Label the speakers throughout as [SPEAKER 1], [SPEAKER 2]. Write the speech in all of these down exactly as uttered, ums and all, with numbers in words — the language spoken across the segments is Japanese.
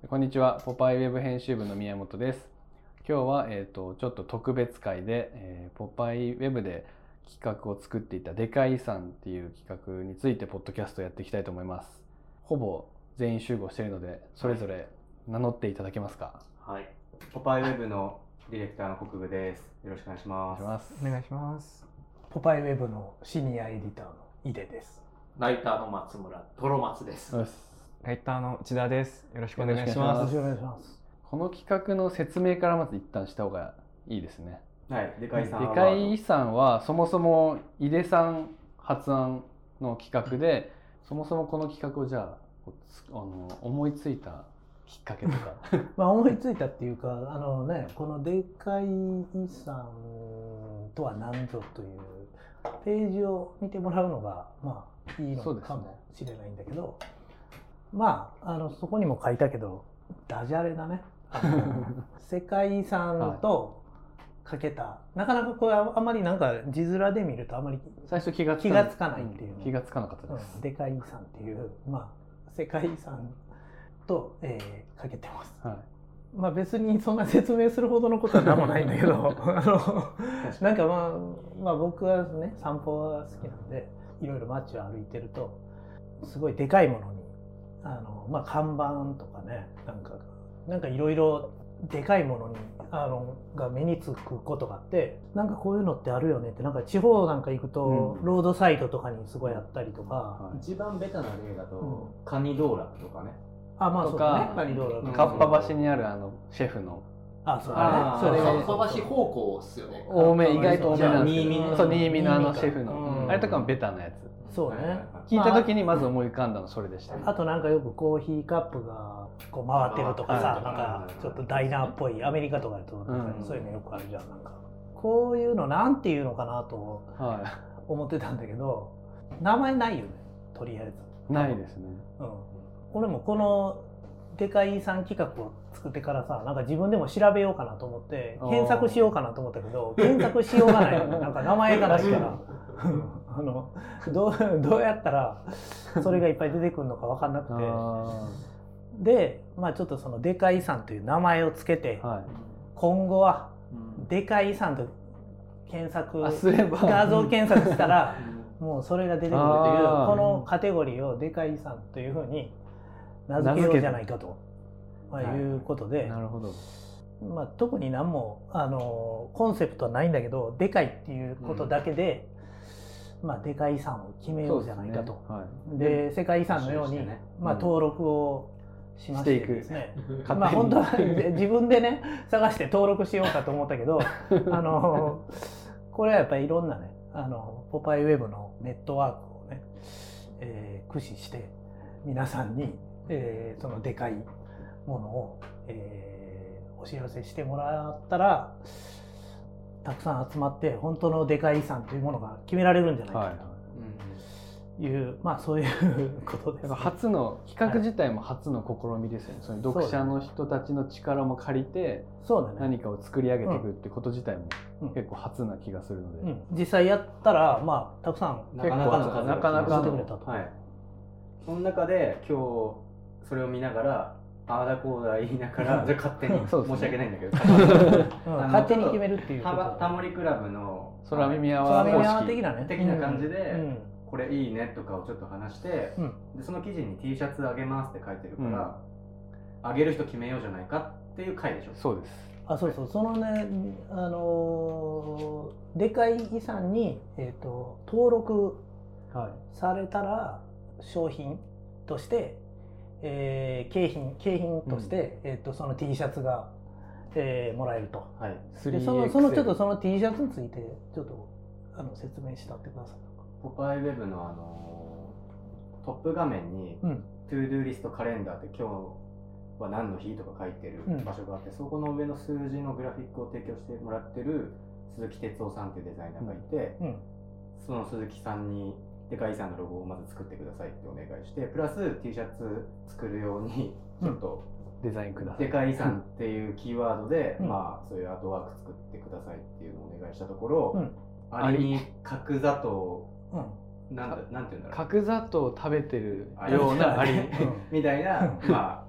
[SPEAKER 1] こんにちは。ポパイウェブ編集部の宮本です。今日は、えー、とちょっと特別会で、えー、ポパイウェブで企画を作っていたでかい遺産っていう企画についてポッドキャストをやっていきたいと思います。ほぼ全員集合しているので、それぞれ名乗っていただけますか。
[SPEAKER 2] はい。ポパイウェブのディレクターの国分です。よろしくお願いします。
[SPEAKER 3] お願いします。ポパイウェブのシニアエディターの井出です。
[SPEAKER 4] ライターの松村トロマツです。
[SPEAKER 3] ライターの内田です。よろしくお願いします。
[SPEAKER 1] よろしくお願いします。この企画の説明からまず一旦した方がいいですね。
[SPEAKER 2] はい。でかい遺産は。
[SPEAKER 1] でかい遺産はそもそも井出さん発案の企画で、そもそもこの企画をじゃあ、あの思いついたきっかけとか
[SPEAKER 3] まあ思いついたっていうか、あのね、このでかい遺産とは何ぞというページを見てもらうのがまあいいのかもしれないんだけど、まああのそこにも書いたけどダジャレだね。世界遺産とかけた、はい、なかなかこれあんまりなんか字面で見るとあんまり
[SPEAKER 1] 最初気がつか
[SPEAKER 3] 気がつかないっていう、
[SPEAKER 1] うん、気がつかなかったです、
[SPEAKER 3] うん、でかい遺産っていうまあ世界遺産と、えー、かけてます、はい。まあ別にそんな説明するほどのことは何もないんだけどあのなんか、まあ、まあ僕はね散歩が好きなんでいろいろ街を歩いてるとすごいでかいものにあの、まあ、看板とかねなんかなんかいろいろでかいものにあのが目につくことがあって、なんかこういうのってあるよねって、なんか地方なんか行くと、うん、ロードサイドとかにすごいあったりとか、
[SPEAKER 2] はい、一番ベタな例だと、うん、カニ道楽とかね。
[SPEAKER 3] あ、まあそうだね、カニ道楽。
[SPEAKER 1] かっぱ橋にあるあのシェフの。
[SPEAKER 3] あ、そうだね。
[SPEAKER 4] それかっぱ橋方向っすよね。
[SPEAKER 1] 多め、意外と多めなんですけど。
[SPEAKER 4] 新見の
[SPEAKER 1] そう、新見のあのシェフの、あれとかもベタなやつ。
[SPEAKER 3] そうね。
[SPEAKER 1] 聞いた時にまず思い浮かんだのそれでした、ね。
[SPEAKER 3] あとなんかよくコーヒーカップがこう回ってるとかさ、なんかちょっとダイナーっぽい、アメリカとかだとなんかそういうのよくあるじゃん。なんかこういうのなんていうのかなと思ってたんだけど、名前ないよね、とりあえず。
[SPEAKER 1] ないですね。
[SPEAKER 3] うん。俺もこのでかい遺産企画を作ってからさ、なんか自分でも調べようかなと思って検索しようかなと思ったけど、検索しようがない。なんか名前がないから。あの ど, うどうやったらそれがいっぱい出てくるのか分かんなくてで、まあ、ちょっとそのでかい遺産という名前をつけて、はい、今後はでかい遺産と検索画像検索したらもうそれが出てくるというこのカテゴリーをでかい遺産というふうに名付けようじゃないかと、まあ、いうことで、
[SPEAKER 1] なるほど。
[SPEAKER 3] まあ、特に何もあのコンセプトはないんだけど、でかいっていうことだけで、うん、まあ、でかい遺産を決めようじゃないかと。で、ね、はい、で世界遺産のように、ね、まあ、登録をしましてですね、うん、まあ本当は自分でね探して登録しようかと思ったけどあのこれはやっぱりいろんなねあのポパイウェブのネットワークをね、えー、駆使して皆さんに、えー、そのでかいものを、えー、お知らせしてもらったらたくさん集まって本当のでかい遺産というものが決められるんじゃないかという、はい、まあそういうことです、ね。
[SPEAKER 1] 初の企画自体も初の試みですよね。はい、その読者の人たちの力も借りて
[SPEAKER 3] そうだね、
[SPEAKER 1] 何かを作り上げていくってこと自体も結構初な気がするので、
[SPEAKER 3] うんうん、実際やったらまあたくさん
[SPEAKER 1] 結構なかなか
[SPEAKER 3] 作ってくれたと。
[SPEAKER 2] はい、その中で今日それを見ながらああだこうだ言いながらじゃ勝手に申し訳ないんだけど
[SPEAKER 3] 勝手に決めるっていう
[SPEAKER 2] タモリクラブの
[SPEAKER 1] 空耳アワー
[SPEAKER 3] 的なね
[SPEAKER 2] 的な感じで、うん、これいいねとかをちょっと話して、うん、でその記事に T シャツあげますって書いてるから、うん、あげる人決めようじゃないかっていう回でしょ。
[SPEAKER 1] そうです。
[SPEAKER 3] あ、そうそう、そのね、あのー、でかい遺産に、えーと、登録されたら商品としてえー、景品景品として、うん、えー、とその T シャツが、えー、もらえると、はい、でそのそのちょっとその T シャツについてちょっとあの説明してってください。
[SPEAKER 2] ポパイウェブの、あのー、トップ画面に、うん、トゥードゥーリストカレンダーって今日は何の日とか書いてる場所があって、うん、そこの上の数字のグラフィックを提供してもらってる鈴木哲夫さんっていうデザイナーがいて、うんうん、その鈴木さんにでかい遺産のロゴをまず作ってくださいってお願いして、プラス T シャツ作るようにちょっと、
[SPEAKER 1] うん、デザインください。
[SPEAKER 2] でかい遺産っていうキーワードで、うん、まあそういうアートワーク作ってくださいっていうのをお願いしたところ、うん、アリに角砂糖、うん、なんだなんていうんだろう。
[SPEAKER 1] 角砂糖を食べてるようなアリ
[SPEAKER 2] みたいな、まあ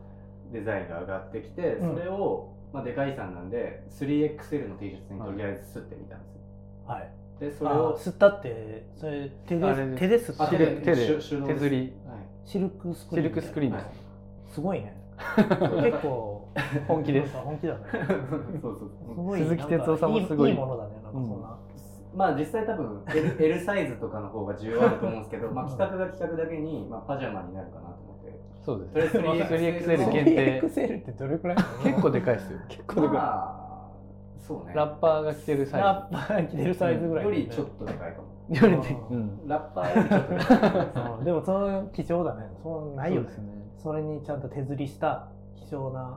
[SPEAKER 2] デザインが上がってきて、それを、まあ、でかいさんなんで スリーエックスエル の T シャツにとりあえず吸ってみたんですよ。
[SPEAKER 3] はい。
[SPEAKER 2] でそれを
[SPEAKER 3] 吸ったってそれ手で手で吸って
[SPEAKER 1] 手で手で手釣り
[SPEAKER 3] シルクスクリーン。
[SPEAKER 1] シルクスクリーンです。
[SPEAKER 3] すごいね。結構
[SPEAKER 1] 本気です。
[SPEAKER 3] 本気だね。
[SPEAKER 2] そうそう。
[SPEAKER 3] すごい。
[SPEAKER 1] 鈴木哲夫さんもすごい。
[SPEAKER 3] いいものだね。なんかそんな。
[SPEAKER 2] まあ実際多分 L, L サイズとかの方が需要あると思うんですけど、まあ企画が企画だけにまあパジャマになるかなと思って。
[SPEAKER 1] そうです。スリーエックスエル 限定。
[SPEAKER 3] スリーエックスエル ってどれくらい？
[SPEAKER 1] 結構でかいですよ。結構でかい。
[SPEAKER 2] まあそうね。
[SPEAKER 1] ラッパーが着てるサイズ。
[SPEAKER 3] ラッパーが着てるサイズぐらい。
[SPEAKER 2] よりちょっとでかいかも。
[SPEAKER 1] よりで、うん、
[SPEAKER 2] ラッパーよりちょっとでかい。
[SPEAKER 3] でもその貴重だね。そうないよね。それにちゃんと手釣りした貴重な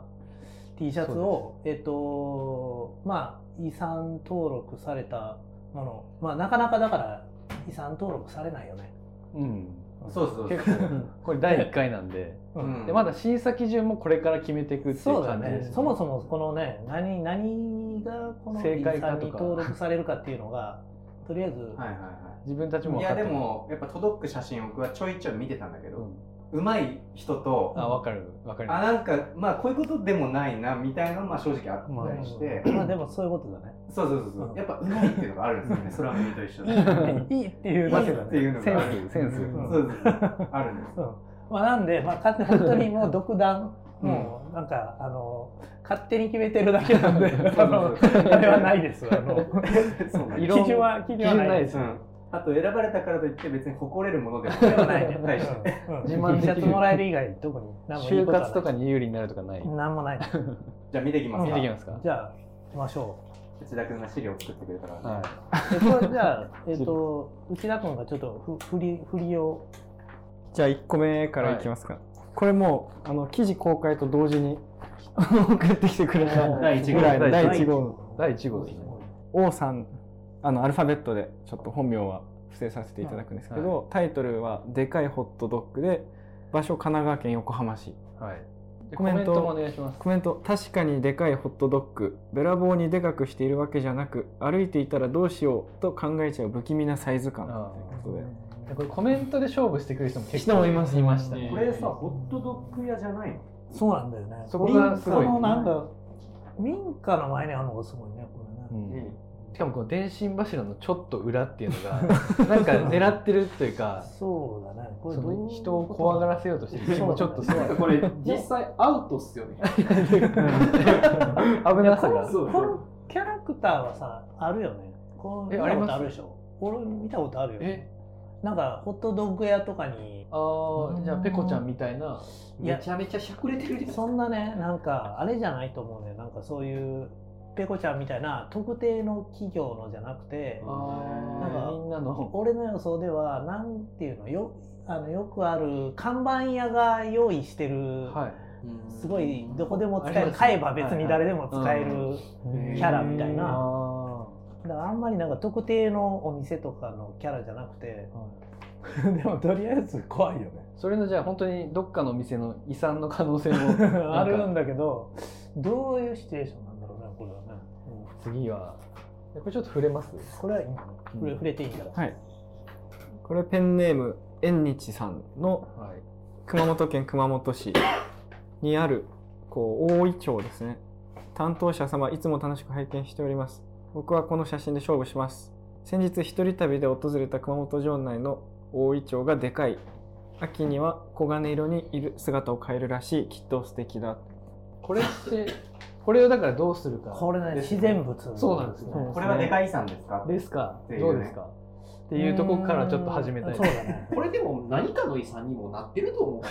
[SPEAKER 3] T シャツをえっとまあ遺産登録されたもの、まあなかなかだから遺産登録されないよね。
[SPEAKER 2] うん。そうそうそう。
[SPEAKER 1] 結構これだいいっかいなんで、うん、でまだ審査基準もこれから決めていくっていう感じです、ね。
[SPEAKER 3] そもそもこのね何何がこの遺産に登録されるかっていうのがとりあえず、はいはいはい、
[SPEAKER 1] 自分たちも
[SPEAKER 2] いやでもやっぱ届く写真を僕はちょいちょい見てたんだけど。うん、上手い人と
[SPEAKER 1] あ分かる分かる
[SPEAKER 2] あなんかまあこういうことでもないなみたいなのがまあ正直あったりして、
[SPEAKER 3] まあ、まあでもそういうことだね。
[SPEAKER 2] そうそうそうそう、うん、やっぱ上手いっていうのがあるんですよね。空耳と一緒
[SPEAKER 3] でいいっていうだけだね。
[SPEAKER 2] っていうのがある
[SPEAKER 1] センスセンス、
[SPEAKER 2] うん、そうそうあるんです。
[SPEAKER 3] うん、まあなんでまあ勝手本当にもう独断もうなんかあの勝手に決めてるだけなんであのあれはないです。あの基準は基準はないです。
[SPEAKER 2] あと選ばれたからといって別に誇れるものでもないね。
[SPEAKER 3] 自慢 T シャツもらえる以外特に何もいいことはない。
[SPEAKER 1] 就活とかに有利になるとかない。
[SPEAKER 3] 何もない。
[SPEAKER 2] じゃあ見ていきますか。
[SPEAKER 1] 見ていきますか。
[SPEAKER 3] じゃあ行きましょ
[SPEAKER 2] う。内田君が資料を作ってくれたからね。
[SPEAKER 3] はい、これじゃあえっと内田君がちょっと振り振りを。
[SPEAKER 5] じゃあいっこめからいきますか。はい、これもあの記事公開と同時に送ってきてくれたぐらいのだいいち号の
[SPEAKER 1] だいいち号ですね。
[SPEAKER 5] 王さん。あのアルファベットでちょっと本名は伏せさせていただくんですけど、はい、タイトルは「でかいホットドッグ」で場所神奈川県横浜市、
[SPEAKER 1] はい、
[SPEAKER 5] コメント
[SPEAKER 1] もお願いします。
[SPEAKER 5] コメント確かにでかいホットドッグべらぼうにでかくしているわけじゃなく歩いていたらどうしようと考えちゃう不気味なサイズ感ということで、
[SPEAKER 1] これコメントで勝負してくる人も結
[SPEAKER 5] 構います
[SPEAKER 1] いましたね。
[SPEAKER 2] これさホットドッグ屋じゃないの？
[SPEAKER 3] そうなんだよね。
[SPEAKER 1] そこがすごい。
[SPEAKER 3] 民家のなんか民家の前にあるのがすごいねこれね。
[SPEAKER 1] うんしかもこの電信柱のちょっと裏っていうのがなんか狙ってるというか
[SPEAKER 3] そうだね
[SPEAKER 1] これ人を怖がらせようとしてるもちょっとそう
[SPEAKER 4] これ実際アウトっすよね。
[SPEAKER 1] 危なさが
[SPEAKER 3] このキャラクターはさあるよね。これ見たことあるでしょ。俺見たことあるよ。えなんかホットドッグ屋とかに
[SPEAKER 1] ああじゃあペコちゃんみたいな
[SPEAKER 4] めちゃめちゃしゃくれてるじゃん。
[SPEAKER 3] そんなねなんかあれじゃないと思うね。なんかそういうペコちゃんみたいな特定の企業のじゃなくて、
[SPEAKER 1] なんかみんなの
[SPEAKER 3] 俺の予想ではなんていうのよあのよくある看板屋が用意してる、はい、すごいどこでも使える買えば別に誰でも使えるキャラみたいな、だからあんまりなんか特定のお店とかのキャラじゃなくて、はい、でもとりあえず怖いよね。
[SPEAKER 1] それのじゃあ本当にどっかのお店の遺産の可能性も
[SPEAKER 3] あるんだけどどういうシチュエーションなんだろうねこれはね。
[SPEAKER 1] 次はこれちょっと触れます？
[SPEAKER 3] これはいいの、うん、触れていいから。
[SPEAKER 5] はい。これペンネーム縁日さんの熊本県熊本市にあるこう大井町ですね。担当者様いつも楽しく拝見しております。僕はこの写真で勝負します。先日一人旅で訪れた熊本城内の大井町がでかい。秋には黄金色にいる姿を変えるらしい。きっと素敵だ。
[SPEAKER 1] これってこれをだからどうするか。
[SPEAKER 3] これね自然物。
[SPEAKER 1] そうなんですね。
[SPEAKER 2] これはでかい遺産ですか？
[SPEAKER 1] ですか。どうですか？っていうところからちょっと始めたい。
[SPEAKER 3] そうだね。
[SPEAKER 4] これでも何かの遺産にもなってると思う。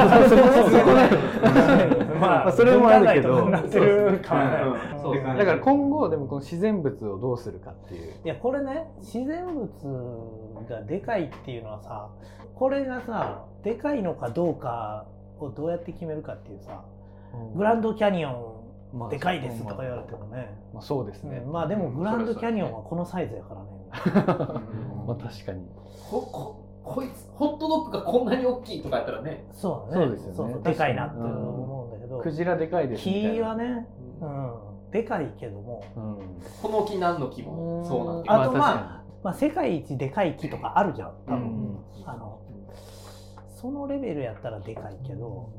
[SPEAKER 1] まあそれもあるけど。
[SPEAKER 3] なってるか。
[SPEAKER 1] だから今後でもこの自然物をどうするかっていう。
[SPEAKER 3] いやこれね自然物がでかいっていうのはさ、これがさでかいのかどうかをどうやって決めるかっていうさ、グランドキャニオンでかいですとか言われてもね、
[SPEAKER 1] まあそうですね。
[SPEAKER 3] まあでもグランドキャニオンはこのサイズやからね。
[SPEAKER 1] まあ確かに。
[SPEAKER 4] こここいつホットドッグがこんなに大きいとかやったらね。
[SPEAKER 3] そうね。そうですよね。でかいなって思うんだけど。
[SPEAKER 1] クジラでかいですみたいな。
[SPEAKER 3] 木はね、うん、でかいけども、
[SPEAKER 4] この木何の木もそうなんて。
[SPEAKER 3] あとまあまあ世界一でかい木とかあるじゃん。多分あのそのレベルやったらでかいけど。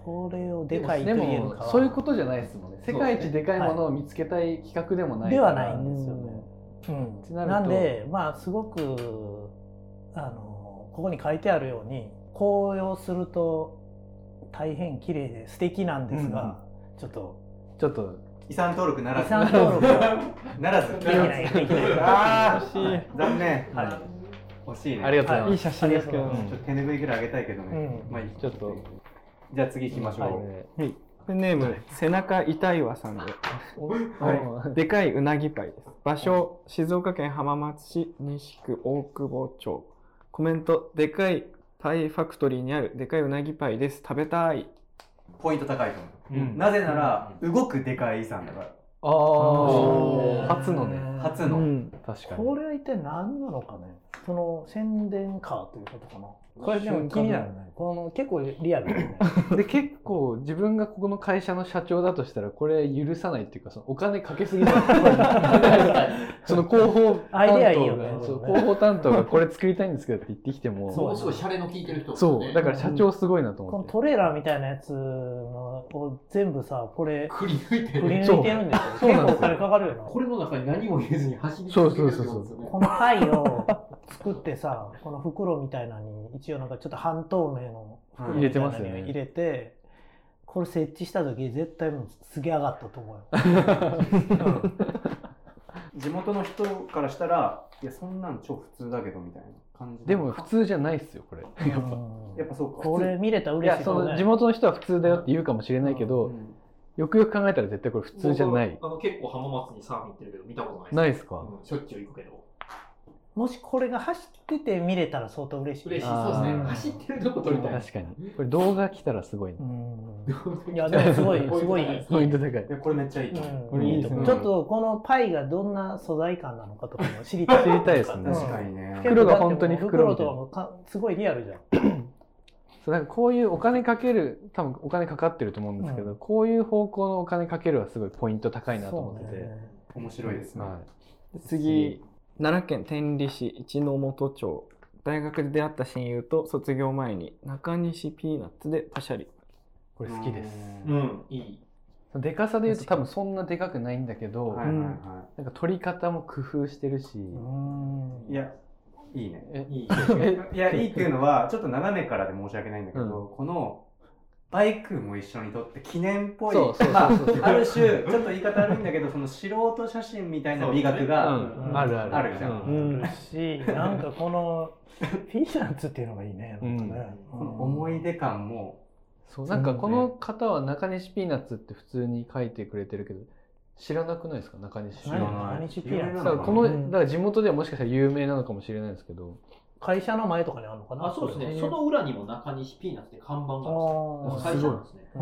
[SPEAKER 3] これをでかいと
[SPEAKER 1] で
[SPEAKER 3] 言えるかは
[SPEAKER 1] もそういうことじゃないですもんね。世界一でかいものを見つけたい企画でもない
[SPEAKER 3] ではないんですよね。うん、
[SPEAKER 1] な
[SPEAKER 3] なんでまあすごくあのここに書いてあるように紅葉すると大変綺麗で素敵なんですが、うん、ちょっと
[SPEAKER 1] ちょっと
[SPEAKER 2] 遺産登録ならず。
[SPEAKER 3] 遺産登録
[SPEAKER 2] ならず。
[SPEAKER 3] できないできない。
[SPEAKER 2] ああ、惜しい。残念。
[SPEAKER 3] はい。
[SPEAKER 2] 惜しいね。
[SPEAKER 1] ありがとうございます。
[SPEAKER 5] いい写真ですけど、
[SPEAKER 2] ちょっと手拭いぐらいあげたいけどね。
[SPEAKER 3] うん、
[SPEAKER 2] まあいい。
[SPEAKER 1] ちょっと
[SPEAKER 2] じゃあ次行きましょ
[SPEAKER 5] う。はい。ペンネーム背中痛いわさんで、はい、でかいうなぎパイです。場所静岡県浜松市西区大久保町。コメントでかいパイファクトリーにあるでかいうなぎパイです。食べたい。
[SPEAKER 2] ポイント高いと思う。うん、なぜなら、うん、動くでかい遺産だから。
[SPEAKER 1] ああ、初のね。
[SPEAKER 2] 初の、うん、
[SPEAKER 1] 確かに。
[SPEAKER 3] これは一体何なのかね。その宣伝カーということかな。これでも気になるね。この結構リアルだね。
[SPEAKER 1] で結構自分がここの会社の社長だとしたらこれ許さないっていうか、そのお金かけすぎだその広報
[SPEAKER 3] アイデアいいよね。
[SPEAKER 1] そう広報担当がこれ作りたいんですけどって言ってきても、
[SPEAKER 4] そうすごいシャレの効いてる人、ね。
[SPEAKER 1] そうだから社長すごいなと思って。
[SPEAKER 3] このトレーラーみたいなやつのを全部さこれ
[SPEAKER 4] くり抜いてる。
[SPEAKER 3] くり抜いてるんですよ。結構お金かかるよな。
[SPEAKER 4] これの中に何も入れずに走り
[SPEAKER 1] 続けてるってことですよね。
[SPEAKER 3] このパイを作ってさ、この袋みたいなのに一応なんかちょっと半透明の
[SPEAKER 1] 入れてますよね。
[SPEAKER 3] 入れて、これ設置した時絶対もうすげえ上がったと思うよ。
[SPEAKER 2] 地元の人からしたら、いやそんなん超普通だけどみたいな感じ。
[SPEAKER 1] でも普通じゃないっすよこれ。やっぱ
[SPEAKER 2] やっぱそうか。
[SPEAKER 3] これ見れたら嬉しい。いや
[SPEAKER 1] その地元の人は普通だよって言うかもしれないけど、うんうん、よくよく考えたら絶対これ普通じゃない。
[SPEAKER 4] あの結構浜松にサーフィン行ってるけど見たことないです。
[SPEAKER 1] ないですか、
[SPEAKER 4] うん、しょっちゅう行くけど。
[SPEAKER 3] もしこれが走ってて見れたら相当嬉しい。
[SPEAKER 4] 嬉しい。そうですね。走ってるとこ撮りたい。
[SPEAKER 1] 確かに。これ動画来たらすごいね。
[SPEAKER 3] いやでもすごいすごい
[SPEAKER 1] ポイント高い。
[SPEAKER 2] これめっちゃいい。
[SPEAKER 3] これいいと思う。ちょっとこのパイがどんな素材感なのかとかも知りたい。
[SPEAKER 1] 知りたいですね。
[SPEAKER 2] 確かにね。
[SPEAKER 1] 袋が本当に袋
[SPEAKER 3] みたいな。袋とかもすごいリアルじゃん。
[SPEAKER 1] そうなんかこういうお金かける、多分お金かかってると思うんですけど、うん、こういう方向のお金かけるはすごいポイント高いなと思ってて、ね、
[SPEAKER 2] 面白いですね。
[SPEAKER 5] はい、次。奈良県天理市一ノ本町。大学で出会った親友と卒業前に中西ピーナッツでパシャリ。
[SPEAKER 1] これ好きです。
[SPEAKER 4] うん、いい。
[SPEAKER 1] でかさで言うと多分そんなでかくないんだけど、はいはいはい、なんか取り方も工夫してるし、
[SPEAKER 2] うんいやいいね。えいいいやいいっていうのはちょっと斜めからで申し訳ないんだけど、うん、このバイクも一緒に撮って記念っぽい、まあある種ちょっと言い方悪いんだけどその素人写真みたいな美学が、ねうん、あるあるあるじゃん。
[SPEAKER 3] うん、しなんかこのピーナッツっていうのがいいね。なんかね、
[SPEAKER 2] うん、この思い出感も
[SPEAKER 1] そうなんかこの方は中西ピーナッツって普通に書いてくれてるけど知らなくないですか中西ピーナッツ。
[SPEAKER 3] 中西ピーナッツ。
[SPEAKER 1] だからこのだから地元ではもしかしたら有名なのかもしれないですけど。
[SPEAKER 3] 会社の前とかにあるのかな。
[SPEAKER 4] あ、そうですね。その裏にも中西ピーナッツって看板があるんですよ。会社なんですね。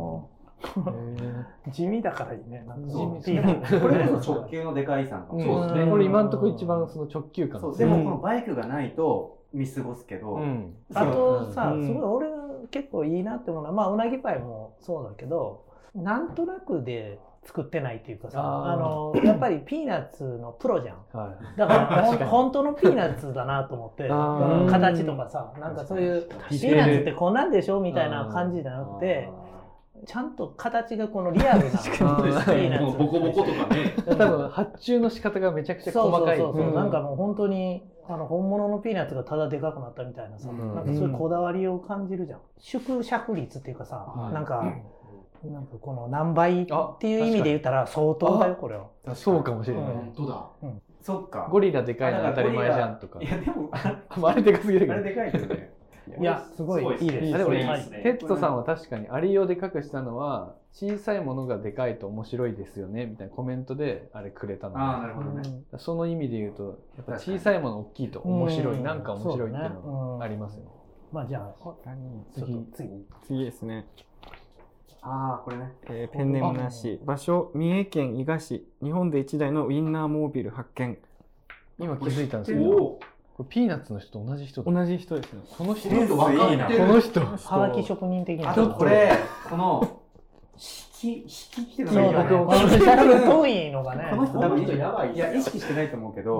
[SPEAKER 3] 地味だからいいね。
[SPEAKER 2] 地味ピーナッツ。これこそ直球のでかい遺産かも。
[SPEAKER 1] そうですね。これ今のところ一番その直球感。
[SPEAKER 2] でもこのバイクがないと見過ごすけど。
[SPEAKER 3] あとさ、すごい俺が結構いいなって思うのは、まあうなぎパイもそうだけど、なんとなくで。作ってないっていうかさ、あのやっぱりピーナッツのプロじゃん、はい、だから本当のピーナッツだなと思って形とかさなんかそういうピーナッツってこんなんでしょみたいな感じじゃなくてちゃんと形がこのリアルなピーナッツ
[SPEAKER 4] ボコボコとかね
[SPEAKER 1] 多分発注の仕方がめちゃくちゃ細かい。
[SPEAKER 3] そうそうそう、うん、なんかもう本当にあの本物のピーナッツがただでかくなったみたいなさ、うん、なんかそういうこだわりを感じるじゃん。縮尺率っていうかさ、うん、なんかなんかこの何倍っていう意味で言ったら相当だよこれは。
[SPEAKER 1] そうかもしれない。
[SPEAKER 4] 本当だ。
[SPEAKER 2] そっか。
[SPEAKER 1] ゴリラでかいの当たり前じゃんとか。
[SPEAKER 2] いやでも
[SPEAKER 1] あれでかすぎるけど。
[SPEAKER 2] あれでかいけどね。
[SPEAKER 3] いやすごいいいです。
[SPEAKER 1] でもテッドさんは確かにアリをでかくしたのは小さいものがでかいと面白いですよねみたいなコメントであれくれたので。
[SPEAKER 2] ああなるほどね。
[SPEAKER 1] その意味で言うとやっぱ小さいもの大きいと面白いなんか面白いっていうのがありますよね。
[SPEAKER 3] まあじゃあ次次
[SPEAKER 5] 次ですね。
[SPEAKER 2] ああこれね、
[SPEAKER 5] えー、ペンネームなし。場所三重県伊賀市。日本で一台のウインナーモービル発見。
[SPEAKER 1] 今気づいたんですけどこれピーナッツの人同じ人
[SPEAKER 5] 同じ人ですね。
[SPEAKER 1] この人
[SPEAKER 2] いいな。
[SPEAKER 1] この人
[SPEAKER 3] はがき職人的な。
[SPEAKER 2] あとこれこの引き引きっていうのが
[SPEAKER 3] この写真遠いのがね。
[SPEAKER 2] この人多分やばい。いや意識してないと思うけど、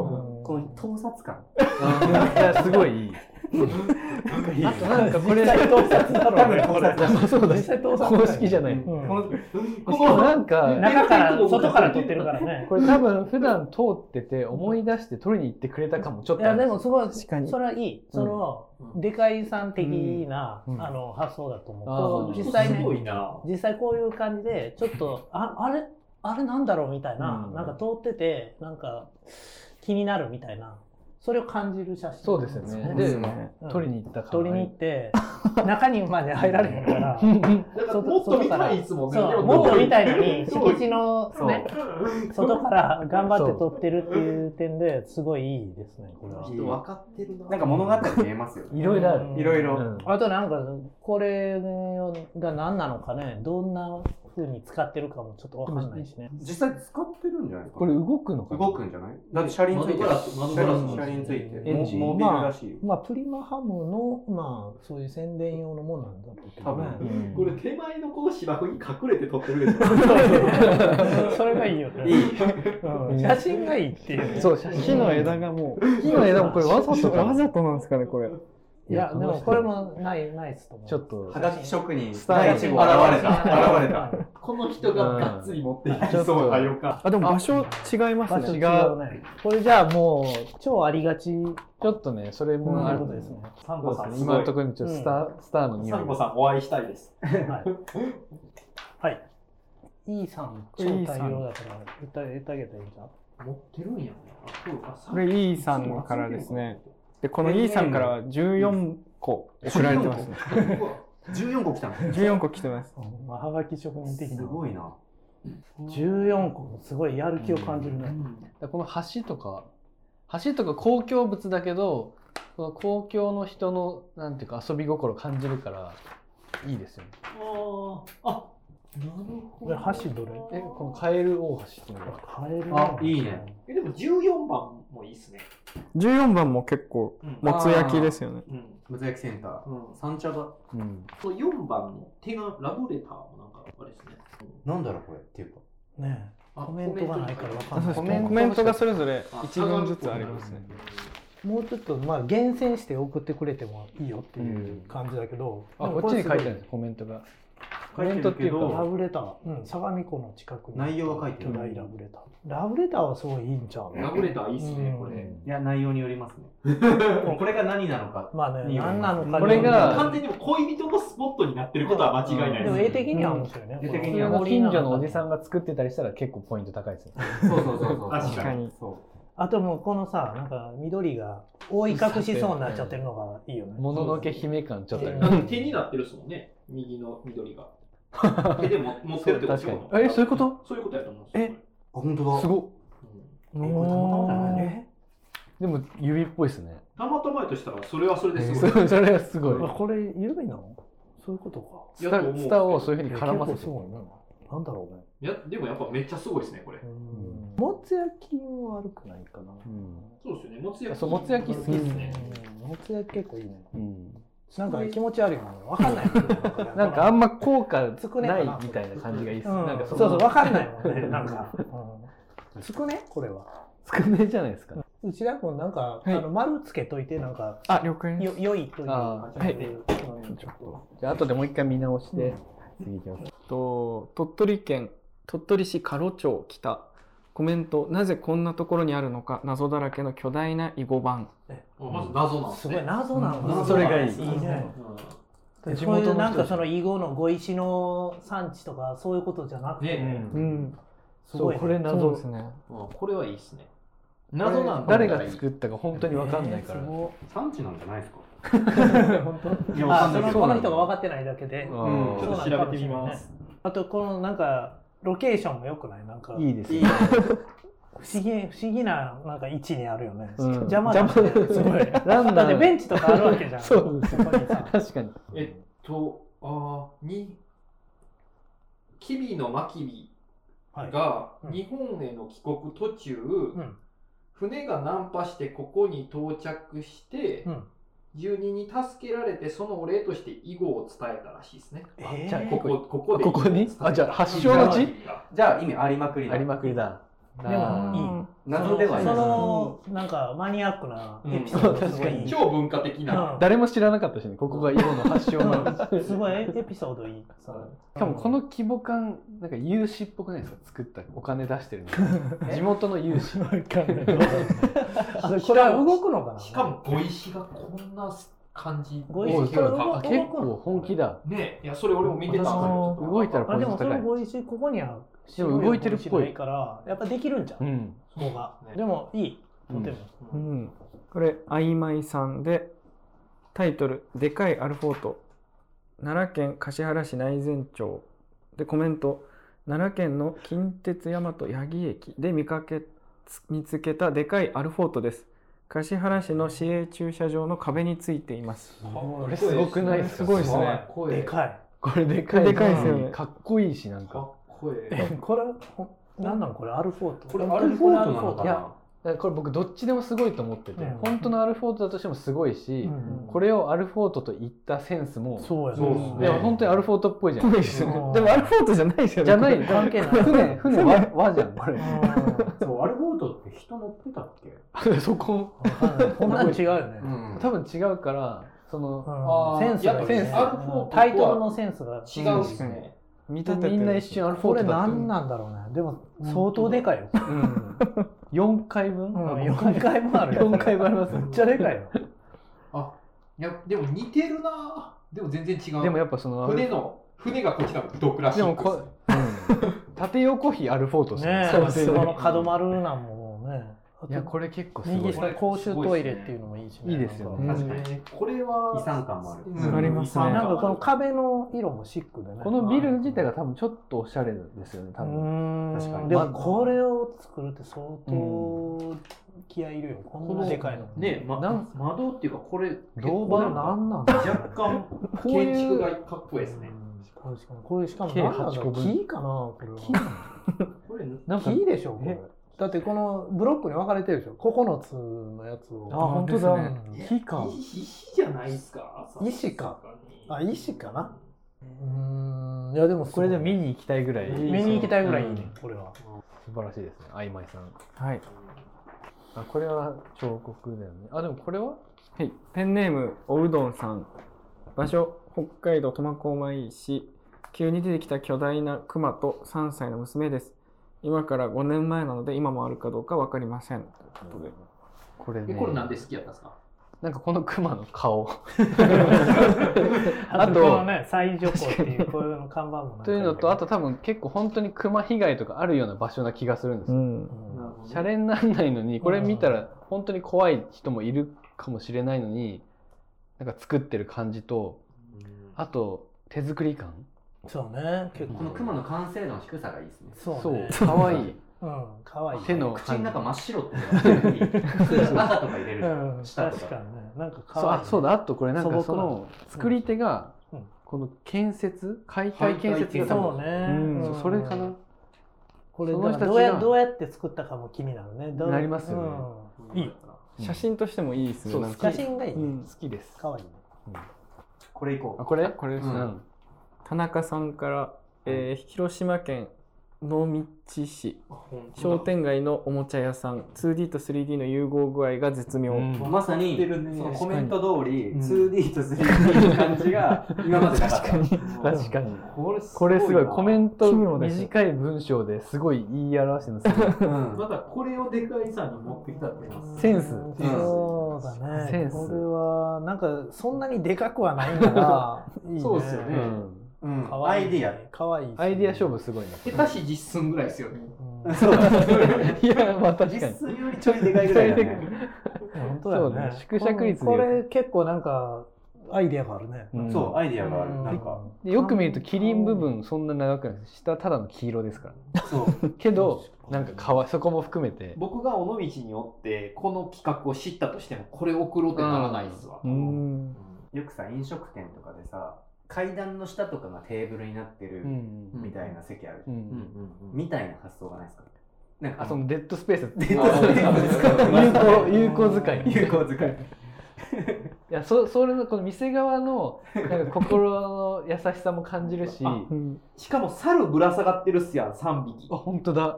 [SPEAKER 2] この盗撮感
[SPEAKER 1] いやすごいいいあとなんかこれ
[SPEAKER 3] 実際盗撮だろうね。
[SPEAKER 1] これそうだ
[SPEAKER 3] 実際盗撮
[SPEAKER 1] 公式じゃない、
[SPEAKER 3] うん、
[SPEAKER 1] このなんか
[SPEAKER 3] 中から外から撮ってるからね。
[SPEAKER 1] これ多分普段通ってて思い出して撮りに行ってくれたかもちょっと。
[SPEAKER 3] いやでもすごい
[SPEAKER 5] 確かに
[SPEAKER 3] それはいい。その、うん、でかいさん的な、うん、あの発想だと思う。実際ね、実際こういう感じでちょっとああれあれなんだろうみたいな、うん、なんか通っててなんか気になるみたいな。それを感じる写真。
[SPEAKER 1] そうですよね。で、撮りに行ったから。
[SPEAKER 3] 撮りに行って中にまで入られへんから。
[SPEAKER 4] もっと見たいですもんね。
[SPEAKER 3] もっと見たいのに敷地のね外から頑張って撮ってるっていう点ですごいいいですね。これは。
[SPEAKER 4] 人分かってるな。
[SPEAKER 2] なんか物語見えますよ。
[SPEAKER 1] いろいろある。
[SPEAKER 2] いろいろ。
[SPEAKER 3] あとなんかこれが何なのかね。どんな風に使ってるかもちょっと分かんないしね。
[SPEAKER 2] 実際使ってるんじゃないですか。
[SPEAKER 1] これ動くのかな。
[SPEAKER 2] 動くんじゃない？だって車輪ついてる。車輪ついて
[SPEAKER 1] エンジン
[SPEAKER 2] モビルらしいよ。
[SPEAKER 3] まあプリマハムのまあそういう宣伝用のものなんだろうけどね。
[SPEAKER 4] これ手前のこの芝生に隠れて撮ってるでしょ。
[SPEAKER 3] それがいいよね。
[SPEAKER 2] いい。
[SPEAKER 3] 写真がいいっていう。
[SPEAKER 1] そう写真。木の枝がもう木の枝もこれわざと
[SPEAKER 5] わざとなんですかねこれ。
[SPEAKER 3] いやでもこれもないないですと思う。
[SPEAKER 1] ちょっと
[SPEAKER 2] はがき職人
[SPEAKER 1] スター
[SPEAKER 2] 現れた現れた。
[SPEAKER 4] この人ががっつり持っていきそうな予感。
[SPEAKER 5] あでも場所違いますね。
[SPEAKER 3] 違うね。これじゃあもう超ありがち。
[SPEAKER 1] ちょっとねそれもあることですね。サンボさん今のところにちょっとスタースターの匂い。
[SPEAKER 4] サンボさんお会いしたいです。
[SPEAKER 3] はい。はい。イーさん超大量だから歌えてあげたらいいんじゃん。
[SPEAKER 4] 持ってるんやね。
[SPEAKER 5] これイーさんからですね。でこの イー さんからはじゅうよんこ送られてますね。
[SPEAKER 2] じゅうよんこ来たの？
[SPEAKER 5] じゅうよんこ来てます。
[SPEAKER 3] まあはがき職人的な。
[SPEAKER 2] すごいな。
[SPEAKER 3] じゅうよんこすごいやる気を感じるね。
[SPEAKER 1] この橋とか橋とか公共物だけどこの公共の人のなんていうか遊び心感じるからいいですよね。
[SPEAKER 4] ああ。なるほど。
[SPEAKER 3] 橋どれ？
[SPEAKER 1] えこのカエル大橋っていうのが。
[SPEAKER 3] カエル。
[SPEAKER 2] あいいね。
[SPEAKER 4] えでもじゅうよんばんもいいですね。
[SPEAKER 5] じゅうよんばんも結構もつ焼きですよね。
[SPEAKER 2] もつ焼きセンター。三茶だ。
[SPEAKER 4] うん。そうよんばんの手がラブレターもなんかあれですね。
[SPEAKER 2] なんだろうこれっていうか。
[SPEAKER 3] ねえ。コメントがないからわかんない。
[SPEAKER 5] コメントがそれぞれいちぶんずつありますね。
[SPEAKER 3] もうちょっとまあ厳選して送ってくれてもいいよっていう感じだけど。
[SPEAKER 1] あこっちに書いてあるんですコメントが。コメントっていうか
[SPEAKER 3] ラブレター、うん、相模湖の近くに
[SPEAKER 2] 内容が書いてる。
[SPEAKER 3] 巨大ラブレター。ラブレターはすごいいいんちゃう。
[SPEAKER 4] ラブレターいいっすね、これ。
[SPEAKER 2] いや内容によりますね。これが何なのか。
[SPEAKER 3] まあね、何なのか。
[SPEAKER 1] これが
[SPEAKER 4] 完全に恋人のスポットになってることは間違いないです。
[SPEAKER 3] でも絵的には面白いね。
[SPEAKER 2] 絵的
[SPEAKER 1] には近所のおじさんが作ってたりしたら結構ポイント高いですよ。
[SPEAKER 2] そうそうそうそう。
[SPEAKER 4] 確かに。
[SPEAKER 3] あともうこのさなんか緑が覆い隠しそうになっちゃってるのがいいよね。
[SPEAKER 1] もののけ姫感ちょっと。
[SPEAKER 4] 手になってるっすもんね。右の緑が。手でも持ってるってこと？
[SPEAKER 1] え、そういうこと？
[SPEAKER 4] そういうことやと思うんです。
[SPEAKER 2] え、あ、本当だ。
[SPEAKER 1] すごっ。
[SPEAKER 2] え、これたまたまじゃないね。
[SPEAKER 1] でも指っぽいですね。
[SPEAKER 4] たまたまとしたらそれはそれですごい。
[SPEAKER 1] それはすごい。
[SPEAKER 3] これ指なの？そういうことか。
[SPEAKER 1] スタスタをそういう風に絡ませて。
[SPEAKER 3] すごいな。なんだろうね。
[SPEAKER 4] いやでもやっぱめっちゃすごいですねこれ。
[SPEAKER 3] もつ焼きも悪くないかな。
[SPEAKER 4] そうですよね。もつ焼き。
[SPEAKER 1] そうもつ焼き好きですね。
[SPEAKER 3] もつ焼き結構いいね。なんか気持ち悪いもん。わかんない。
[SPEAKER 1] なんかあんま効果ないみたいな感じがいいです。なんか
[SPEAKER 3] そうそうわかんないもんね。なんか。つくねこれは。
[SPEAKER 1] つくねじゃないですか。
[SPEAKER 3] 内田君なんかあの丸つけといてなんか。
[SPEAKER 5] あ了解。
[SPEAKER 3] よ良いという。
[SPEAKER 1] はい。じゃあ後でもう一回見直して次いきます。
[SPEAKER 5] と鳥取県鳥取市加呂町北。コメント、なぜこんなところにあるのか謎だらけの巨大な囲碁盤。
[SPEAKER 4] まず謎なんですね。
[SPEAKER 3] すごい謎なの。
[SPEAKER 1] それがいい。
[SPEAKER 3] いいね。地元のなんかその囲碁の碁石の産地とかそういうことじゃなくて、うん、
[SPEAKER 1] すごいこれ謎ですね。
[SPEAKER 4] これはいいですね。謎なんだ。
[SPEAKER 1] 誰が作ったか本当にわかんないから。
[SPEAKER 2] 産地なんじゃないですか。
[SPEAKER 3] 本当？いや、そのこの人が分かってないだけで、
[SPEAKER 4] ちょっと調べてみます。
[SPEAKER 3] あとこのなんかロケーションも良くないなんか
[SPEAKER 1] いいですね。
[SPEAKER 3] 不思議不思議ななんか位置にあるよね。邪魔だね。すごい。
[SPEAKER 1] ラン
[SPEAKER 3] だってベンチとかあるわけじゃん。
[SPEAKER 1] そうです。確かに。
[SPEAKER 4] えっとあに吉備の真備が日本への帰国途中、船が難破してここに到着して。住人に助けられてそのお礼として囲碁を伝えたらしいですね。
[SPEAKER 1] じゃあ
[SPEAKER 4] ここここで
[SPEAKER 1] ここにあじゃあ発祥の地
[SPEAKER 2] じゃあ意味ありまくりだ。
[SPEAKER 1] ありまくりだ。
[SPEAKER 3] でもいい。
[SPEAKER 2] 謎ではい
[SPEAKER 3] そのなんかマニアックなエピソードがすごいいい。
[SPEAKER 4] 超文化的な。
[SPEAKER 1] 誰も知らなかったしね、ここが囲碁の発祥の。
[SPEAKER 3] すごいエピソードいい。
[SPEAKER 1] しかもこの規模感なんか有志っぽくないですか？作ったお金出してるの。地元の有志。
[SPEAKER 3] わかんない。あれこれは動くのかな？
[SPEAKER 4] しかも碁石がこんな感じ。
[SPEAKER 3] 碁石これ動
[SPEAKER 1] 結構本気だ。
[SPEAKER 4] ね、いやそれ俺も見てた。
[SPEAKER 1] 動いたらポイント高い。
[SPEAKER 3] でもその碁石ここには
[SPEAKER 1] でも動いてるっぽい
[SPEAKER 3] からやっぱできるんじゃん。うん。そうが。でもいい。とても。
[SPEAKER 5] うん。これ曖昧さんでタイトルでかいアルフォート奈良県橿原市内前町でコメント奈良県の近鉄大和八木駅で見かけ見つけたでかいアルフォートです。橿原市の市営駐車場の壁についています。
[SPEAKER 1] これすごくないですか？
[SPEAKER 5] すごいですね。
[SPEAKER 3] でかい。
[SPEAKER 1] これでかい。
[SPEAKER 5] でかいですよね。
[SPEAKER 1] かっこいいしなんか。
[SPEAKER 4] かっこいい。
[SPEAKER 3] これなんなのこれアルフォート。
[SPEAKER 4] これアルフォートなのかな？
[SPEAKER 1] いやこれ僕どっちでもすごいと思ってて、うん、本当のアルフォートだとしてもすごいし、うん、これをアルフォートと言ったセンスも
[SPEAKER 3] そうやね。
[SPEAKER 1] でも本当にアルフォートっぽいじゃないですか。
[SPEAKER 5] でもアルフォートじゃないですよね。
[SPEAKER 1] じゃない関係ない。船船和和じゃんこれ。
[SPEAKER 2] そうアルフォートって人乗ってたっけ？
[SPEAKER 1] そこ
[SPEAKER 3] こんなん違うよね。
[SPEAKER 1] 多分違うからそ
[SPEAKER 3] のセンスが
[SPEAKER 1] センス
[SPEAKER 3] タイトルのセンスが
[SPEAKER 4] 違うですね。
[SPEAKER 1] 見てみんな一瞬アルフォートだって。
[SPEAKER 3] これ何なんだろうね。でも相当でかいよ。
[SPEAKER 1] よんかいぶん？
[SPEAKER 3] よんかいぶんあるよ。
[SPEAKER 1] よんかいぶんあります。
[SPEAKER 3] めっちゃでかいよ。
[SPEAKER 4] あ、いやでも似てるな。でも全然違う。
[SPEAKER 1] でもやっぱその
[SPEAKER 4] 船の船がこっちだとドクラシック。でもこ
[SPEAKER 1] 縦横比アルフォート
[SPEAKER 3] ね。そうそう。この角丸なんもね。
[SPEAKER 1] いやこれ結構すごい。
[SPEAKER 3] 右下公衆トイレっていうのもいいしね。
[SPEAKER 1] いいですよね。
[SPEAKER 2] 確かに。
[SPEAKER 4] これは
[SPEAKER 2] 遺産感もあ
[SPEAKER 5] る。ありますね。
[SPEAKER 3] なんかこの壁の色もシックでね。
[SPEAKER 1] このビル自体が多分ちょっとおしゃれですよね。多分。
[SPEAKER 3] 確かに。でもこれを作るって相当気合いいるよ。こんなでかいの。
[SPEAKER 4] ね、窓っていうかこれ
[SPEAKER 3] 銅板なんなんだ。
[SPEAKER 4] 若干建築がかっこいいですね。
[SPEAKER 3] これしかも何なんだろう。木かなこれは。これなんか木でしょこれ。だってこのブロックに分かれてるでしょ。ここのつのやつを。
[SPEAKER 1] あ、本当だ。木か。
[SPEAKER 4] 石じゃないですか。
[SPEAKER 3] 石か。あ、石かな。うん。いやでも
[SPEAKER 1] これで見に行きたいぐらい。
[SPEAKER 3] 見に行きたいぐらいいいね。これは。
[SPEAKER 1] 素晴らしいですね。曖昧さん。
[SPEAKER 5] はい。
[SPEAKER 1] あ、これは彫刻だよね。あ、でもこれは？
[SPEAKER 5] はい。ペンネームおうどんさん。場所北海道苫小牧市。急に出てきた巨大なクマとさんさいの娘です。今からごねんまえなので今もあるかどうか分かりません。ということで。
[SPEAKER 1] これね。
[SPEAKER 4] これなんで好きやったんですか？
[SPEAKER 1] なんかこのクマの顔。
[SPEAKER 3] あとこのね、最女港っていうこういうの看板も
[SPEAKER 1] というのと、あと多分結構本当にクマ被害とかあるような場所な気がするんですよ。うん、シャレにならないのに、これ見たら本当に怖い人もいるかもしれないのに、なんか作ってる感じと、あと手作り感。
[SPEAKER 3] そうね。
[SPEAKER 2] 結構このクマの完成度の低さがいいですね。
[SPEAKER 3] そうね。
[SPEAKER 1] 可愛い。
[SPEAKER 3] うん、可愛い。
[SPEAKER 2] 手の口の中真っ白っていうのが赤とか入れる。
[SPEAKER 3] 下とか。確かにね。なんか可愛い。
[SPEAKER 1] そうだ。あとこれなんかその作り手がこの建設、解体建設が
[SPEAKER 3] そうね。
[SPEAKER 1] それかな。
[SPEAKER 3] これどうやどうやって作ったかも気になるね。
[SPEAKER 1] なりますよ
[SPEAKER 3] ね。いい。
[SPEAKER 5] 写真としてもいいですね。
[SPEAKER 3] 写真がいい。
[SPEAKER 1] 好きです。
[SPEAKER 3] 可愛いね。
[SPEAKER 2] これいこう。
[SPEAKER 1] あ、これ？
[SPEAKER 5] これですね。田中さんから、えー、広島県野道市商店街のおもちゃ屋さん ツーディー と スリーディー の融合具合が絶妙、うん、
[SPEAKER 2] まさにそのコメント通り ツーディー と スリーディー の感じが今までなかった。
[SPEAKER 1] 確かにこれすごいコメント短い文章ですごい言い表してるんですよ、うん、
[SPEAKER 4] またこれをでかいさんに持ってきたって
[SPEAKER 1] センス。
[SPEAKER 3] そうだね。センス。これはなんかそんなにでかくはないんだな。いいね。
[SPEAKER 4] そうですよね。
[SPEAKER 2] うん、アイディア、
[SPEAKER 3] かわいい。
[SPEAKER 1] アイディア勝負すごいね。
[SPEAKER 4] 下手し実寸ぐらいですよね。
[SPEAKER 2] そう。
[SPEAKER 1] いや、まあ確かに。
[SPEAKER 2] 実寸よりちょいでかいぐらいだね。
[SPEAKER 3] 本当だよね。
[SPEAKER 1] 縮尺率。
[SPEAKER 3] これ結構なんかアイディアがあるね。
[SPEAKER 2] そう、アイディアがある。なんか
[SPEAKER 1] よく見るとキリン部分そんな長くないです。下ただの黄色ですから。
[SPEAKER 2] そう。
[SPEAKER 1] けどなんかかわそこも含めて。
[SPEAKER 4] 僕が尾道におってこの企画を知ったとしてもこれ送ろうってならないですわ。
[SPEAKER 2] よくさ飲食店とかでさ。階段の下とかがテーブルになってるみたいな席ある、みたいな発想がないですか？
[SPEAKER 1] なんかそのデッドスペース、
[SPEAKER 2] デッドスペー
[SPEAKER 1] ス有効有効使い
[SPEAKER 2] 有効使い。
[SPEAKER 1] いやそそれのこの店側のなんか心の優しさも感じるし、
[SPEAKER 4] しかも猿ぶら下がってるっすやんさんびき。
[SPEAKER 1] あ本当だ。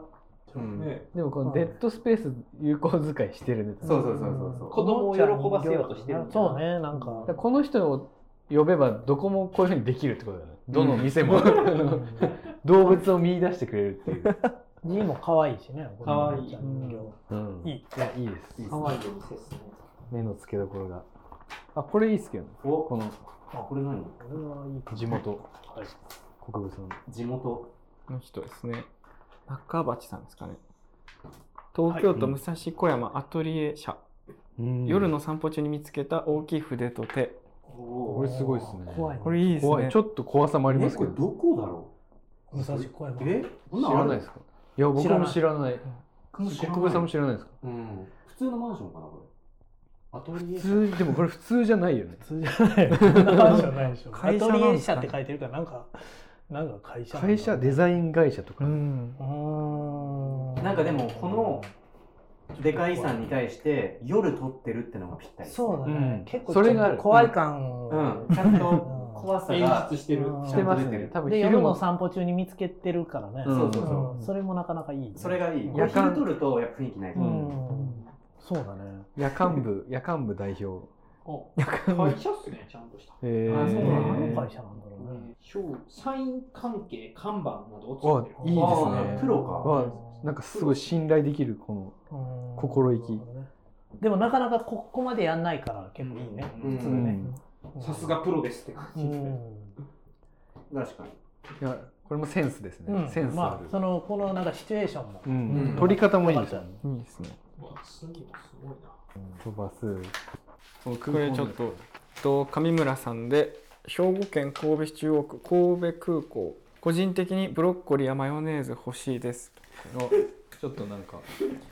[SPEAKER 1] うん、でもこのデッドスペース有効使いしてるね。
[SPEAKER 2] そうそうそうそう。
[SPEAKER 4] 子供を喜ばせようとしてる。
[SPEAKER 3] そうね、なんか。
[SPEAKER 1] この人を呼べばどこもこういうふうにできるってことだよね。どの店も動物を見出してくれるっていう。
[SPEAKER 3] 字も可愛いしね。
[SPEAKER 4] 可愛い。
[SPEAKER 1] うん。いい。いやいいです。
[SPEAKER 4] 可愛いお店ですね。
[SPEAKER 1] 目の付けどころが。あ、これいいですけどね。
[SPEAKER 2] お、
[SPEAKER 1] この。
[SPEAKER 2] あ、これ何？
[SPEAKER 1] これはいい。地元。はい。国分さん。
[SPEAKER 2] 地元
[SPEAKER 5] の人ですね。中鉢さんですかね。東京都武蔵小山アトリエ社。夜の散歩中に見つけた大きい筆と手。
[SPEAKER 1] これすごいですね。
[SPEAKER 3] 怖い。
[SPEAKER 5] これいいですね。
[SPEAKER 1] ちょっと怖さもありますけど。
[SPEAKER 2] これどこだろ
[SPEAKER 3] う？武蔵小山。
[SPEAKER 2] え？
[SPEAKER 1] 知らないですか？いや僕も知らない。国分さんも知らないですか？
[SPEAKER 2] うん。普通のマンションかなこれ。アトリエ。
[SPEAKER 1] 普通でもこれ普通じゃないよね。
[SPEAKER 3] 普通じゃないよ。そんなマンションないでしょ。アトリエ社って書いてるからなんかなんか会社。
[SPEAKER 1] 会社デザイン会社とか。
[SPEAKER 3] うん。
[SPEAKER 2] なんかでもこのでかい遺産に対して夜撮ってるってのがぴったり。
[SPEAKER 3] そうだね。結構
[SPEAKER 1] それが
[SPEAKER 3] 怖い感。
[SPEAKER 2] うん。ちゃんと怖さが
[SPEAKER 4] 演出してる。
[SPEAKER 1] してますね。多分
[SPEAKER 3] で夜の散歩中に見つけてるからね。
[SPEAKER 2] そうそうそう。
[SPEAKER 3] それもなかなかいい。
[SPEAKER 2] それがいい。夜間撮るとやっぱ雰囲気ない。
[SPEAKER 3] そうだね。
[SPEAKER 1] 夜間部夜間部代表。
[SPEAKER 4] 会社っすね、ちゃんとした。
[SPEAKER 1] へえ。
[SPEAKER 3] あ、そうなの会社なんだろうね。
[SPEAKER 4] サイン関係看板などを
[SPEAKER 1] 作ってる。いいですね。
[SPEAKER 2] プロか。
[SPEAKER 1] なんかすごい信頼できるこの心意気。
[SPEAKER 3] でもなかなかここまでやんないから結構いいね。普通ね。
[SPEAKER 4] さすがプロですって感じ。
[SPEAKER 2] 確かに。
[SPEAKER 1] いやこれもセンスですね。センスある。
[SPEAKER 3] そのこのなんかシチュエーション
[SPEAKER 1] も撮り方もいいですよね。
[SPEAKER 5] いいですね。
[SPEAKER 4] 次もすごいな。
[SPEAKER 1] 飛ばす。
[SPEAKER 5] これちょっとと上村さんで兵庫県神戸市中央区神戸空港。個人的にブロッコリーやマヨネーズ欲しいです。
[SPEAKER 1] ちょっとなんか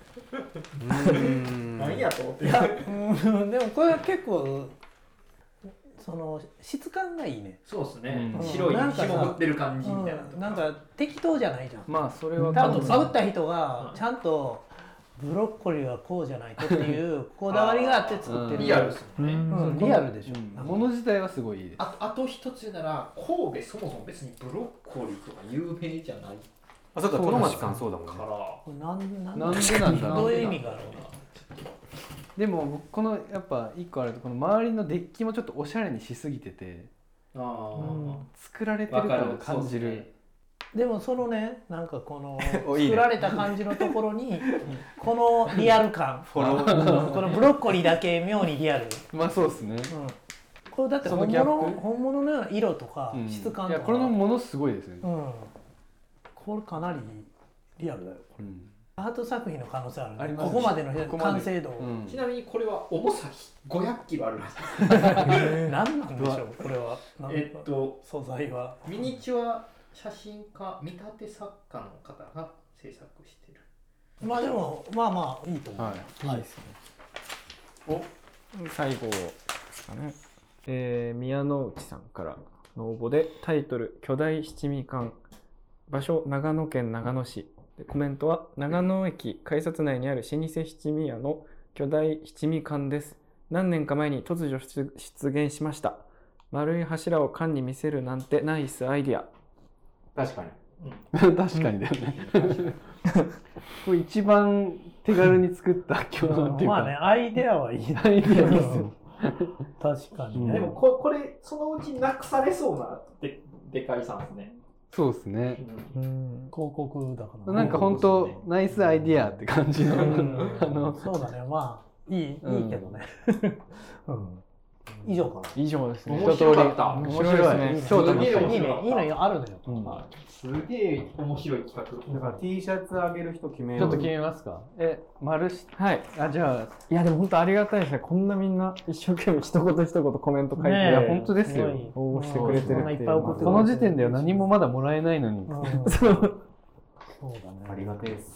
[SPEAKER 4] 何やと思って。
[SPEAKER 3] いやでもこれは結構その質感がいいね。
[SPEAKER 4] そうですね。白い紐振ってる感じみたいな。
[SPEAKER 3] なんか適当じゃないじゃん。
[SPEAKER 1] まあそれは
[SPEAKER 3] 多分作った人がちゃんとブロッコリーはこうじゃないとっていうこだわりがあって作ってる。
[SPEAKER 4] リアルですよね。
[SPEAKER 3] リアルでしょ。
[SPEAKER 1] もの自体はすごいいいです。
[SPEAKER 4] ああと一つなら神戸そもそも別にブロッコリーとか有名じゃない。
[SPEAKER 2] あ、そうか、この町さんそうだもんね。
[SPEAKER 3] なんでなん
[SPEAKER 1] でなんだろう。
[SPEAKER 3] どういう意味があるの？
[SPEAKER 1] でもこのやっぱ一個あるとこの周りのデッキもちょっとおしゃれにしすぎてて、作られてる感を感じる。
[SPEAKER 3] でもそのね、なんかこの作られた感じのところにこのリアル感、このブロッコリーだけ妙にリアル。
[SPEAKER 1] まあそうですね。
[SPEAKER 3] これだって本物本物のような色とか質感とか。
[SPEAKER 1] いやこれのものすごいですね。
[SPEAKER 3] これかなりリアルだよ。アート作品の可能性ある。ここまでの完成度。
[SPEAKER 4] ちなみにこれは重さごひゃくキロあるらしい
[SPEAKER 3] です。何なんでしょうこれは。
[SPEAKER 4] えっと
[SPEAKER 3] 素材は
[SPEAKER 4] ミニチュア写真家見立て作家の方が制作してる。
[SPEAKER 3] まあでもまあまあいいと思う。
[SPEAKER 5] はい、いいですね。お、最後ですかね。えー、宮之内さんからの応募でタイトル巨大七味館、場所長野県長野市。でコメントは長野駅改札内にある老舗七味屋の巨大七味館です。何年か前に突如出現しました。丸い柱を缶に見せるなんてナイスアイディア。
[SPEAKER 2] 確かに。
[SPEAKER 1] 確かにだよね。これ一番手軽に作った教団っていうか。
[SPEAKER 3] まあね、アイデアはいい。
[SPEAKER 1] アイデアですよ。
[SPEAKER 3] 確かにね。
[SPEAKER 4] でもここれそのうちなくされそうなででかいさんですね。
[SPEAKER 1] そうですね。
[SPEAKER 3] 広告だから。
[SPEAKER 1] なんか本当ナイスアイディアって感じの。
[SPEAKER 3] あのそうだね。まあいいいいけどね。以上かな。
[SPEAKER 5] 以上ですね。
[SPEAKER 4] 面白かった。
[SPEAKER 5] 面白いですね。
[SPEAKER 4] 超楽しい。いい
[SPEAKER 3] ね。いいのよあるのよ。
[SPEAKER 4] すげえ面白い企画。
[SPEAKER 2] だから T シャツあげる人決めよう。
[SPEAKER 1] ちょっと決めますか。え、丸し。
[SPEAKER 5] はい。
[SPEAKER 1] あ、じゃあ。
[SPEAKER 5] いやでも本当ありがたいですね。こんなみんな一生懸命一言一言コメント書いて、いや
[SPEAKER 1] 本当ですよ。
[SPEAKER 5] 応募してくれてるっていう。こ
[SPEAKER 1] の時点では何もまだもらえないのに。
[SPEAKER 3] そう。そうだね。
[SPEAKER 2] ありがたいです。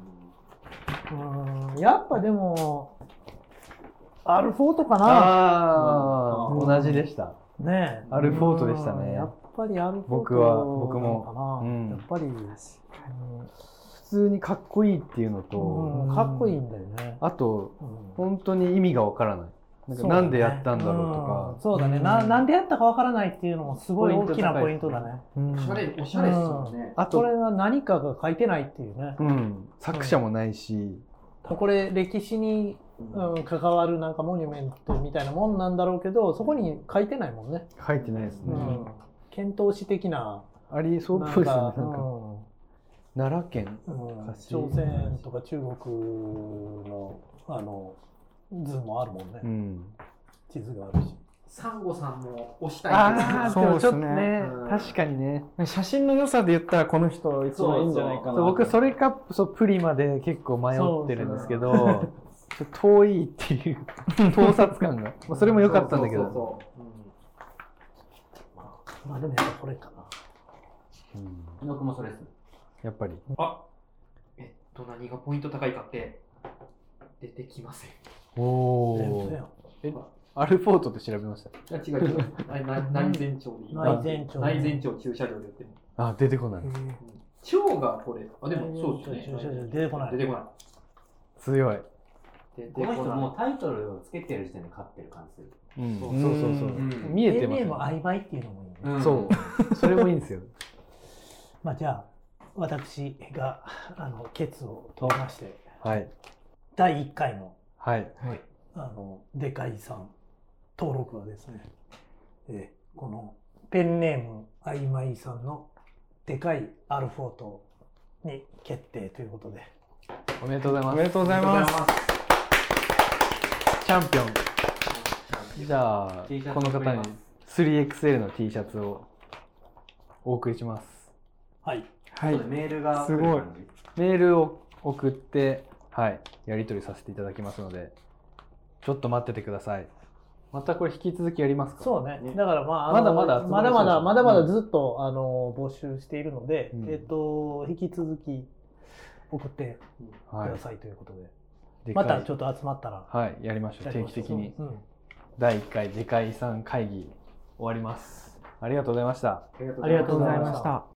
[SPEAKER 3] うん。やっぱでもアルフォートかな。
[SPEAKER 1] ああ、同じでした。
[SPEAKER 3] ねえ。
[SPEAKER 1] アルフォートでしたね。
[SPEAKER 3] やっぱりアルフォート。
[SPEAKER 1] 僕は僕も。
[SPEAKER 3] やっぱり
[SPEAKER 1] 普通にかっこいいっていうのと、
[SPEAKER 3] かっこいいんだよね。
[SPEAKER 1] あと本当に意味がわからない。 なんかなんでやったんだろうとか、
[SPEAKER 3] そうだね、うん、な, なんでやったかわからないっていうのもすごい大きなポイントだね。
[SPEAKER 4] おしゃれおしゃれですよね。
[SPEAKER 3] あとこれは何かが書いてないっていうね、
[SPEAKER 1] うん、作者もないし、
[SPEAKER 3] うん、これ歴史に、うん、関わるなんかモニュメントみたいなもんなんだろうけど、そこに書いてないもんね。
[SPEAKER 1] 書いてないですね、うん、
[SPEAKER 3] 遣唐使的な
[SPEAKER 1] ありそうっぽいですね。なんか、うん、奈良県、
[SPEAKER 3] うん、朝鮮とか中国のあの図もあるもんね、うん、地図があるし。
[SPEAKER 4] サンゴさんも推したいけど、
[SPEAKER 1] ああそうですね、うん、確かにね、
[SPEAKER 5] 写真の良さで言ったらこの人一番いいんじゃないかな。
[SPEAKER 1] そうそう、僕それかそうプリマで結構迷ってるんですけど、ちょっと遠いっていう盗撮感が、まあそれも良かったんだけど、そうそうそう、
[SPEAKER 3] うん、まあでもやっぱこれかな。
[SPEAKER 2] うん、僕もそれです。
[SPEAKER 1] やっぱり。
[SPEAKER 4] あ、えっと何がポイント高いかって出てきません。
[SPEAKER 1] おお。え、アルフォートって調べました。
[SPEAKER 4] いや違う違う。内前町でいい。内前町。内前町駐車場で売ってる。
[SPEAKER 1] あ、出てこない。
[SPEAKER 4] 町がこれ。あ、でもそうですね。
[SPEAKER 3] 駐車場出てこない。
[SPEAKER 4] 出てこない。
[SPEAKER 1] 強い。
[SPEAKER 2] この人もうタイトルをつけてる時点で勝ってる感じする。
[SPEAKER 1] うん、そうそうそう。見えてます。
[SPEAKER 3] ペンネーム曖昧っていうのもいいね。
[SPEAKER 1] そう。それもいいんですよ。
[SPEAKER 3] まあじゃあ私があのケツを通りまして、
[SPEAKER 1] はい、
[SPEAKER 3] だいいっかいの、
[SPEAKER 1] はい
[SPEAKER 3] はい、あのでかいさん登録はですね、えこのペンネームあいまいさんのでかいアルフォートに決定ということで、
[SPEAKER 1] おめでとうございます。
[SPEAKER 5] おめでとうございます。
[SPEAKER 1] チャンピオン。じゃあこの方に スリーエックスエル の T シャツをお送りします。
[SPEAKER 3] はい
[SPEAKER 2] はい、メールが
[SPEAKER 5] すごい。
[SPEAKER 1] メールを送って、はい、やり取りさせていただきますので、ちょっと待っててください。またこれ引き続きやりますか？
[SPEAKER 3] そうね。だからまあ
[SPEAKER 1] まだまだ
[SPEAKER 3] まだまだまだまだずっと、うん、あの募集しているので、うん、えっと引き続き送ってくださいということで、はい、またちょっと集まったら、
[SPEAKER 1] はい、やりましょう。定期的に、うん、だいいっかいでかいさん会議終わります。ありがとうございました。
[SPEAKER 3] ありがとうございました。